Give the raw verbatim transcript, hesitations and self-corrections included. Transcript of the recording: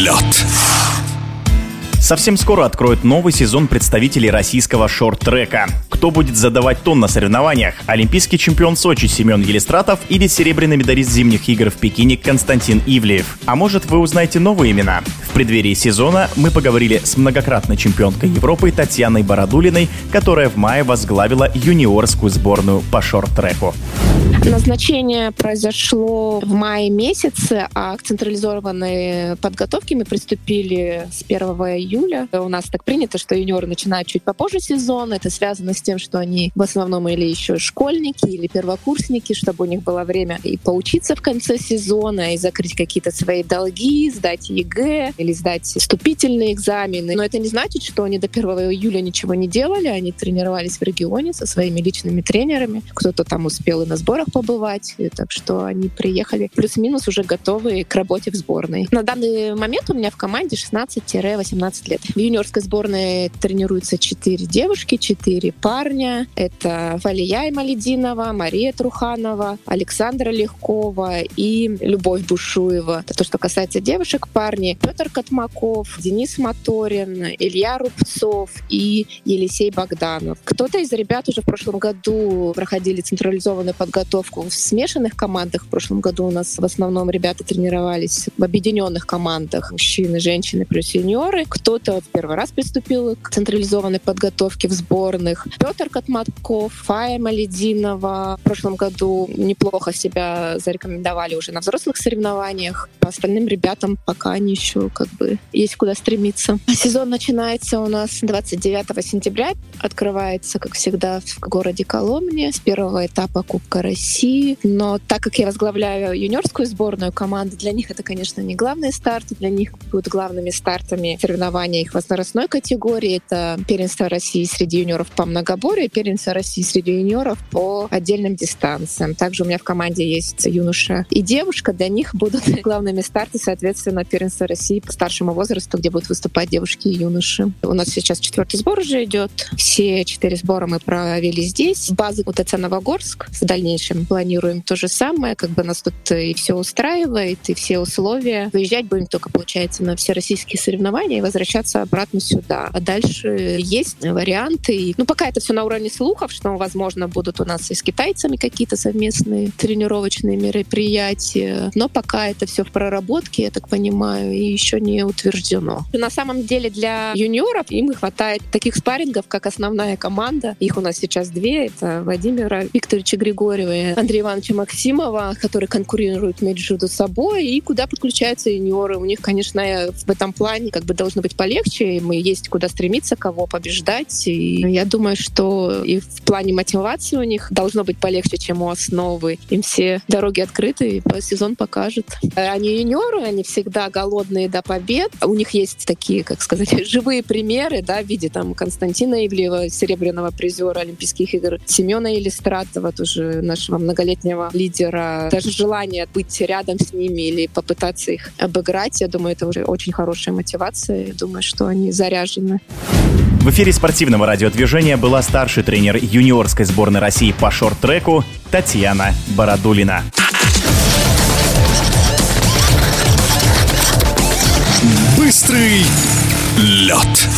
Лед. Совсем скоро откроют новый сезон представителей российского шорт-трека. Кто будет задавать тон на соревнованиях? Олимпийский чемпион Сочи Семен Елистратов или серебряный медалист зимних игр в Пекине Константин Ивлеев? А может, вы узнаете новые имена? В преддверии сезона мы поговорили с многократной чемпионкой Европы Татьяной Бородулиной, которая в мае возглавила юниорскую сборную по шорт-треку. Назначение произошло в мае месяце, а к централизованной подготовке мы приступили с первого июля. У нас так принято, что юниоры начинают чуть попозже сезона. Это связано с тем, что они в основном или еще школьники, или первокурсники, чтобы у них было время и поучиться в конце сезона, и закрыть какие-то свои долги, сдать ЕГЭ или сдать вступительные экзамены. Но это не значит, что они до первого июля ничего не делали. Они тренировались в регионе со своими личными тренерами. Кто-то там успел и на сборах побывать, так что они приехали плюс-минус уже готовые к работе в сборной. На данный момент у меня в команде шестнадцать-восемнадцать лет. В юниорской сборной тренируются четыре девушки, четыре парня. Это Валия Ималединова, Мария Труханова, Александра Легкова и Любовь Бушуева. Это то, что касается девушек. Парни: Петр Котмаков, Денис Моторин, Илья Рубцов и Елисей Богданов. Кто-то из ребят уже в прошлом году проходили централизованную подготовку в смешанных командах. В прошлом году у нас в основном ребята тренировались в объединенных командах: мужчины, женщины плюс юниоры. Кто-то в первый раз приступил к централизованной подготовке в сборных. Петр Котмаков, Фая Малединова в прошлом году неплохо себя зарекомендовали уже на взрослых соревнованиях. По остальным ребятам пока они еще как бы есть куда стремиться. Сезон начинается у нас двадцать девятого сентября. Открывается, как всегда, в городе Коломне с первого этапа Кубка России. Но так как я возглавляю юниорскую сборную, команды, для них это, конечно, не главные старты. Для них будут главными стартами соревнования их возрастной категории. Это первенство России среди юниоров по многоборью и первенство России среди юниоров по отдельным дистанциям. Также у меня в команде есть юноша и девушка. Для них будут главными старты, соответственно, первенство России по старшему возрасту, где будут выступать девушки и юноши. У нас сейчас четвертый сбор уже идет. Все четыре сбора мы провели здесь. База у ТЦ Новогорск. В дальнейшем планируем то же самое. Как бы нас тут и все устраивает, и все условия. Выезжать будем только, получается, на все российские соревнования и возвращаться обратно сюда. А дальше есть варианты. Ну, пока это все на уровне слухов, что, возможно, будут у нас и с китайцами какие-то совместные тренировочные мероприятия. Но пока это все в проработке, я так понимаю, и еще не утверждено. На самом деле для юниоров им хватает таких спаррингов, как основная команда. Их у нас сейчас две. Это Владимира Викторовича Григорьева и Андрея Ивановича Максимова, которые конкурируют между собой, и куда подключаются юниоры. У них, конечно, в этом плане как бы должно быть полегче. И мы есть куда стремиться, кого побеждать. И я думаю, что и в плане мотивации у них должно быть полегче, чем у основы. Им все дороги открыты, и сезон покажет. Они юниоры, они всегда голодные до побед. У них есть такие, как сказать, живые примеры, да, в виде там Константина Ивлеева, серебряного призера Олимпийских игр, Семена Елистратова, тоже нашего многолетнего лидера. Даже желание быть рядом с ними или попытаться их обыграть, я думаю, это уже очень хорошая мотивация. Я думаю, что они заряжены. В эфире спортивного радиодвижения была старший тренер юниорской сборной России по шорт-треку Татьяна Бородулина. Быстрый лед.